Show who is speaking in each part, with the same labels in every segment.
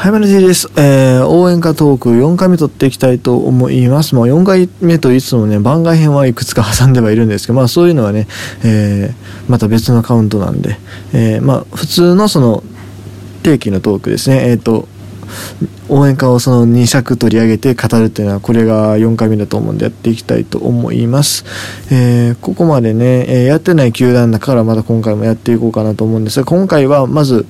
Speaker 1: はい、マルジです。応援歌トーク4回目撮っていきたいと思います。4回目といつもね、番外編はいくつか挟んではいるんですけど、そういうのはね、また別のカウントなんで、普通のその定期のトークですね、応援歌をその2尺取り上げて語るっていうのは、これが4回目だと思うんでやっていきたいと思います。ここまでね、やってない球団だからまた今回もやっていこうかなと思うんですが、今回はまず、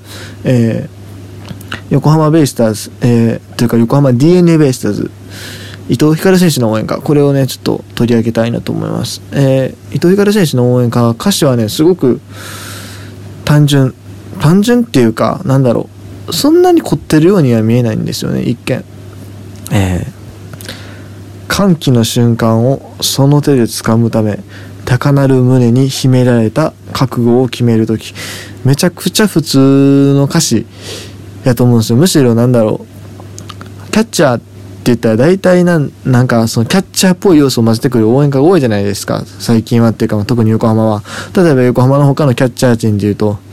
Speaker 1: 横浜ベイスターズ、というか横浜 DNA ベイスターズ、伊藤光選手の応援歌、これをねちょっと取り上げたいなと思います。伊藤光選手の応援歌、歌詞はねすごく単純っていうか、そんなに凝ってるようには見えないんですよね、一見。歓喜の瞬間をその手で掴むため、高鳴る胸に秘められた覚悟を決めるとき。めちゃくちゃ普通の歌詞やと思うんですよ。むしろキャッチャーって言ったら大体なんかそのキャッチャーっぽい要素を混ぜてくる応援歌が多いじゃないですか、最近はっていうか、特に横浜は。例えば横浜の他のキャッチャー陣でいうと、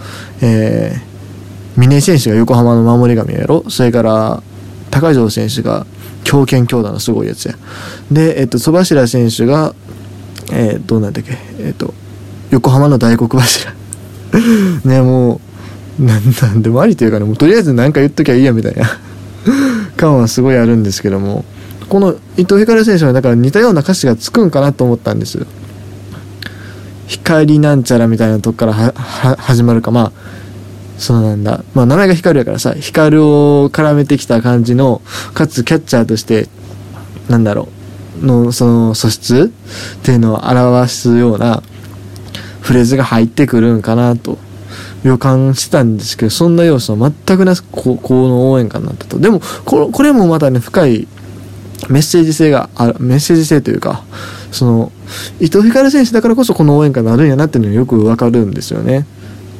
Speaker 1: 峰選手が横浜の守り神やろ。それから高城選手が強肩強打のすごいやつや。で、戸柱選手がどうなんだっけ、横浜の大黒柱ね、もうなんでもありというかね、もうとりあえず何か言っときゃいいやみたいな感はすごいあるんですけども、この伊藤光選手はだから似たような歌詞がつくんかなと思ったんですよ。光なんちゃらみたいなとこから始まるか、名前が光やからさ、光を絡めてきた感じの、かつキャッチャーとしてのその素質っていうのを表すようなフレーズが入ってくるんかなと予感したんですけど、そんな要素は全くなくこの応援歌になったと。でもこれもまたね、深いメッセージ性というか、その伊藤光選手だからこそこの応援歌になるんやなっていうのがよくわかるんですよね。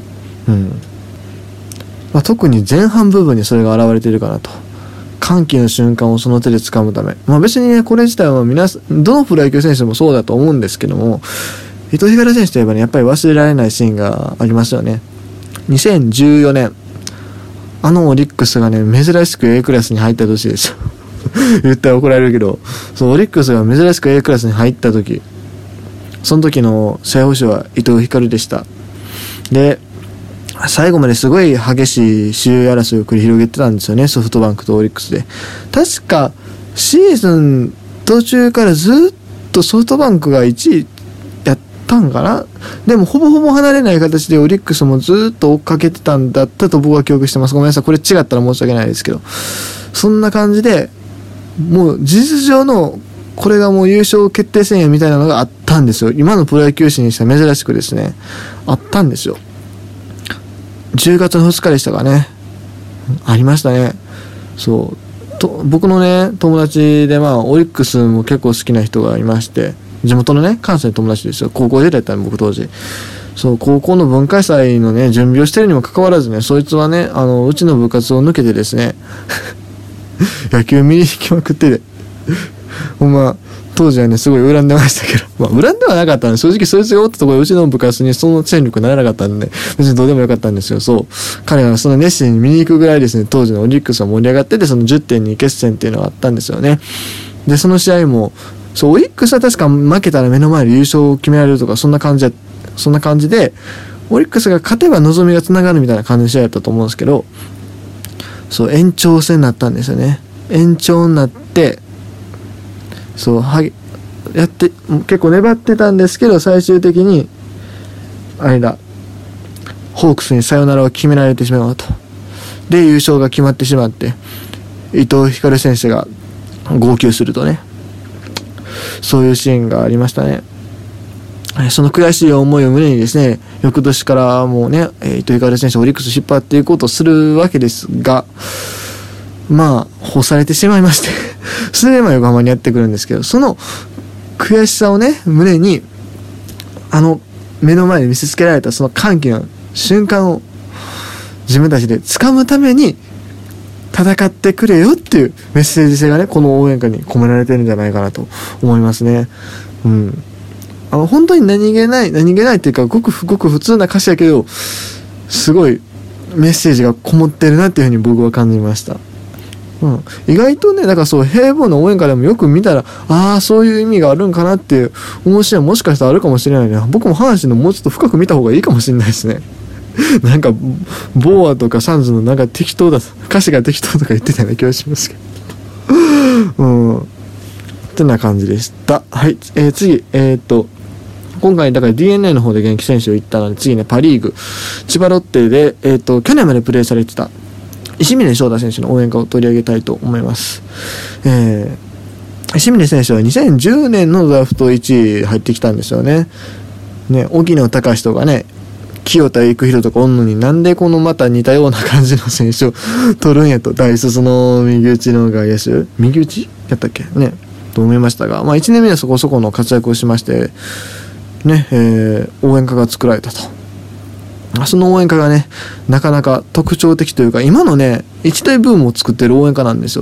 Speaker 1: 特に前半部分にそれが現れているかなと。歓喜の瞬間をその手で掴むため、別にねこれ自体はどのプロ野球選手もそうだと思うんですけども、伊藤光選手といえばね、やっぱり忘れられないシーンがありますよね。2014年、オリックスがね珍しく A クラスに入った年ですよ言ったら怒られるけど、オリックスが珍しく A クラスに入った時、その時の正捕手は伊藤光でした。で、最後まですごい激しい首位争いを繰り広げてたんですよね、ソフトバンクとオリックスで。確かシーズン途中からずっとソフトバンクが1位やったんかな。でもほぼほぼ離れない形でオリックスもずっと追っかけてたんだったと僕は記憶してます。ごめんなさい、これ違ったら申し訳ないですけど、そんな感じでもう事実上のこれがもう優勝決定戦やみたいなのがあったんですよ。今のプロ野球史にしては珍しくですね、あったんですよ。10月の2日でしたかね、ありましたね。僕のね友達でオリックスも結構好きな人がいまして、地元のね関西の友達ですよ。高校時代だったの、僕当時。高校の文化祭のね準備をしてるにもかかわらずね、そいつはねうちの部活を抜けてですね野球見に行きまくってて当時はねすごい恨んでましたけど、恨んではなかったんで、正直そいつがおったところでうちの部活にその戦力にならなかったんで、別にどうでもよかったんですよ。彼がその熱心に見に行くぐらいですね、当時のオリックスは盛り上がってて、その 10.2 決戦っていうのがあったんですよね。でその試合もオリックスは確か負けたら目の前で優勝を決められるとか、そんな感じでオリックスが勝てば望みがつながるみたいな感じの試合だったと思うんですけど、延長戦になったんですよね。延長になってやって結構粘ってたんですけど、最終的にホークスにサヨナラを決められてしまうと。で優勝が決まってしまって、伊藤光選手が号泣するとね、そういうシーンがありましたね。その悔しい思いを胸にですね、翌年からもうね伊藤光選手オリックス引っ張っていこうとするわけですが、干されてしまいましてそれで横浜にやってくるんですけど、その悔しさをね胸に目の前で見せつけられたその歓喜の瞬間を自分たちで掴むために戦ってくれよっていうメッセージ性がね、この応援歌に込められてるんじゃないかなと思いますね。本当に何気ないっていうか、ごく普通な歌詞だけどすごいメッセージがこもってるなっていうふうに僕は感じました。 意外とね、だからそう平凡な応援歌でもよく見たら、ああそういう意味があるんかなって思うシーンはもしかしたらあるかもしれないね。僕も阪神のもうちょっと深く見た方がいいかもしれないですね。なんかボーアとかサンズのなんか適当だ、歌詞が適当とか言ってたような気がしますけどってな感じでした。はい、次今回だから DNA の方で現役選手を言ったので、次ねパリーグ千葉ロッテで去年までプレーされてた石嶺翔太選手の応援歌を取り上げたいと思います。石嶺選手は2010年のドラフト1位入ってきたんですよね。荻野貴司とかね、清田育弘とかおんのに、なんでこのまた似たような感じの選手を取るんやと、大卒の右打ちの外野手、右打ちやったっけねと思いましたが、1年目はそこそこの活躍をしましてね、応援歌が作られたと。その応援歌がね、なかなか特徴的というか、今のね一大ブームを作ってる応援歌なんですよ。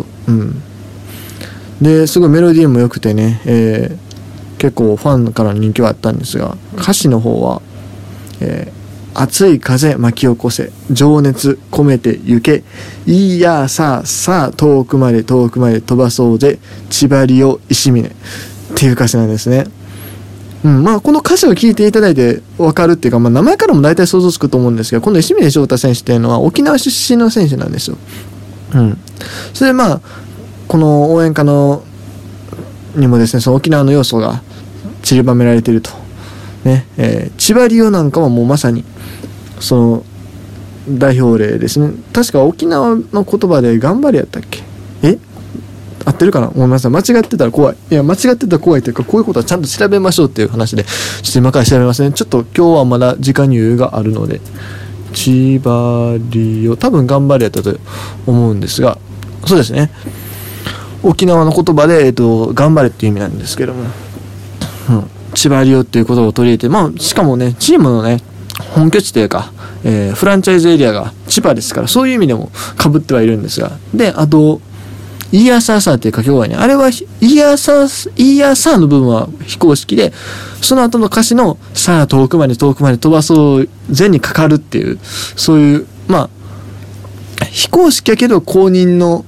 Speaker 1: ですごいメロディーも良くてね、結構ファンからの人気はあったんですが、歌詞の方は、熱い風巻き起こせ、情熱込めて行け、いやさあさあ遠くまで遠くまで飛ばそうぜ、千葉リオ石峰っていう歌詞なんですね。この歌詞を聞いていただいて分かるっていうか、名前からも大体想像つくと思うんですが、この石峰翔太選手っていうのは沖縄出身の選手なんですよ。それでこの応援歌のにもですね、その沖縄の要素が散りばめられているとね。千葉リオなんかはもうまさにその代表例ですね。確か沖縄の言葉で頑張れやったっけ、合ってるかな、ごめんなさい、間違ってたら怖い。間違ってたら怖いというか、こういうことはちゃんと調べましょうっていう話で、ちょっと今から調べますね。ちょっと今日はまだ時間に余裕があるので、千葉リオ多分頑張れやったと思うんですが、そうですね、沖縄の言葉で、頑張れっていう意味なんですけども、千葉リオっていう言葉を取り入れて、しかもねチームのね本拠地というか、フランチャイズエリアが千葉ですから、そういう意味でも被ってはいるんですが、であとイーヤーサーサーっていう掛け声ね、あれはイーヤーサーの部分は非公式で、その後の歌詞のさあ遠くまで遠くまで飛ばそうぜにかかるっていう、そういう非公式やけど公認の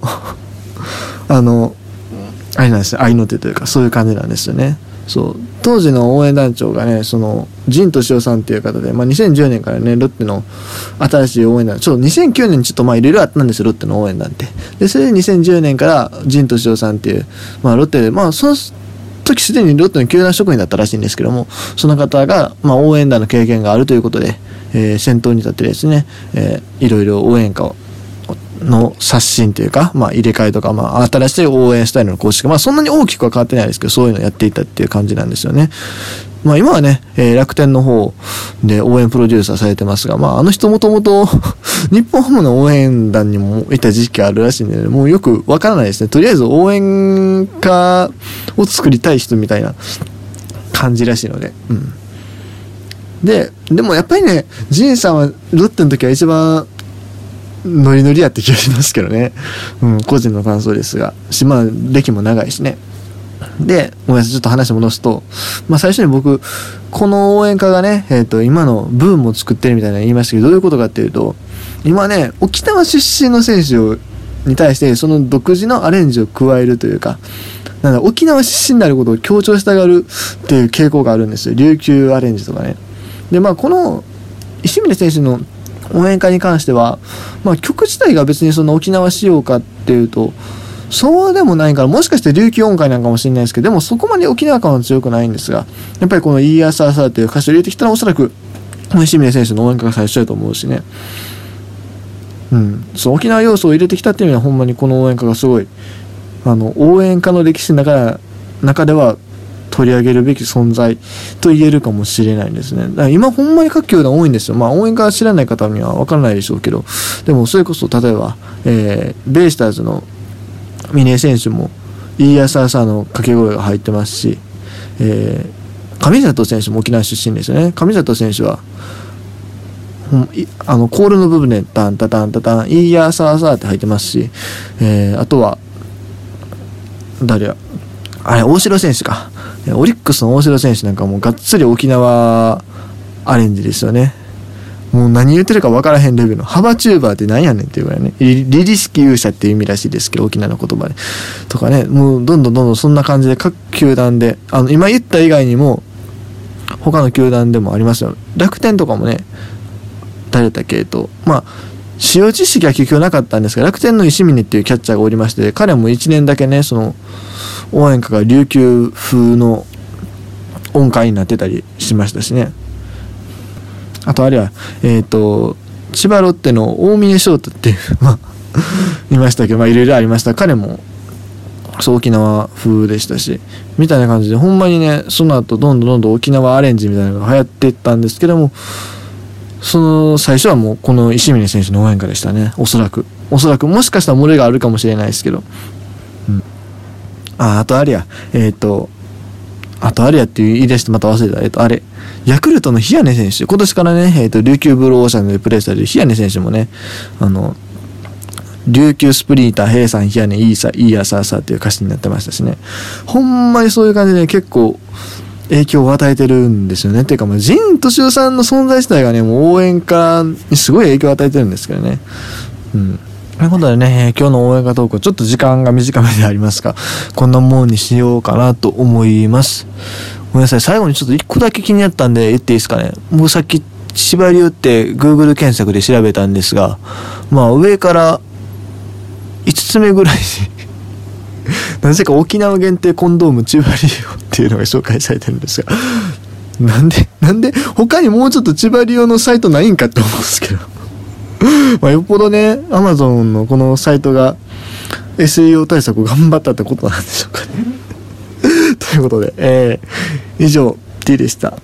Speaker 1: あれなんですよ、愛の手というか、そういう感じなんですよね。そう当時の応援団長がね、その陣敏夫さんっていう方で、2010年からねロッテの新しい応援団、2009年にちょっといろいろあったんですよ、ロッテの応援団って。でそれで2010年から陣敏夫さんっていう、ロッテでその時すでにロッテの球団職員だったらしいんですけども、その方が、応援団の経験があるということで、先頭に立ってですね、いろいろ応援歌をの刷新というか、入れ替えとか、新しい応援スタイルの構築、そんなに大きくは変わってないですけど、そういうのをやっていたっていう感じなんですよね。今はね、楽天の方で応援プロデューサーされてますが、あの人もともと日本ハムの応援団にもいた時期があるらしいんで、もうよくわからないですね。とりあえず応援歌を作りたい人みたいな感じらしいので、でもやっぱりね、ジンさんはロッテの時は一番ノリノリやって気がしますけどね、個人の感想ですが、歴も長いしね。でごめんなさい、ちょっと話戻すと、最初に僕この応援歌がね、今のブームを作ってるみたいな言いましたけど、どういうことかっていうと、今ね沖縄出身の選手に対してその独自のアレンジを加えるというか、沖縄出身であることを強調したがるっていう傾向があるんですよ、琉球アレンジとかね。でこの石峰選手の応援歌に関しては、曲自体が別にその沖縄仕様かっていうとそうでもないから、もしかして琉球音階なんかもしれないですけど、でもそこまで沖縄感は強くないんですが、やっぱりこのイーヤーサーサーっていう歌詞を入れてきたら、おそらく石峰選手の応援歌が最初だと思うしね。そう沖縄要素を入れてきたっていうのは、ほんまにこの応援歌がすごい応援歌の歴史の中では取り上げるべき存在と言えるかもしれないんですね。だから今ほんまに各球団多いんですよ。応援歌知らない方には分からないでしょうけど、でもそれこそ例えば、ベイスターズの峰選手もイーヤーサーサーの掛け声が入ってますし、上里選手も沖縄出身ですよね。上里選手はコールの部分でタンタタンタタンイーヤーサーサーって入ってますし、あとは誰や大城選手か、オリックスの大城選手なんかもがっつり沖縄アレンジですよね。 もう何言ってるか分からへんレベルのハバチューバーって何やねんっていうぐらいね、リリ式勇者っていう意味らしいですけど、沖縄の言葉でとかね、もうどんどんそんな感じで各球団で今言った以外にも他の球団でもありますよ。楽天とかもね、誰だっけ、使用知識は結局なかったんですが、楽天の石峰っていうキャッチャーがおりまして、彼も1年だけね、その応援歌が琉球風の音階になってたりしましたしね。あとあれは千葉ロッテの大峰翔太っていういましたけど、いろいろありました。彼もそう沖縄風でしたし、みたいな感じで、ほんまにね、その後どんどん沖縄アレンジみたいなのが流行っていったんですけども、その最初はもうこの石峰選手の応援歌でしたね。おそらくもしかしたら漏れがあるかもしれないですけど、あとあれやあとあれやって言い出してまた忘れた。ヤクルトの日根選手、今年からね、琉球ブルーオーシャンでプレーされる日根選手もね、琉球スプリンター平さん日根いいやさっていう歌詞になってましたしね。ほんまにそういう感じで結構影響を与えてるんですよね。っていうかもう陣敏夫さんの存在自体がね、もう応援歌にすごい影響を与えてるんですけどね。ということでね、今日の応援歌トークちょっと時間が短めでありますが、こんなもんにしようかなと思います。ごめんなさい、最後にちょっと1個だけ気になったんで言っていいですかね。僕さっき千葉流って Google 検索で調べたんですが、上から5つ目ぐらいになぜか沖縄限定コンドーム千葉流っていうのが紹介されてるんですが、なんで他にもうちょっと千葉流のサイトないんかって思うんですけどよっぽどね、Amazon のこのサイトが SEO 対策を頑張ったってことなんでしょうかねということで、以上 T でした。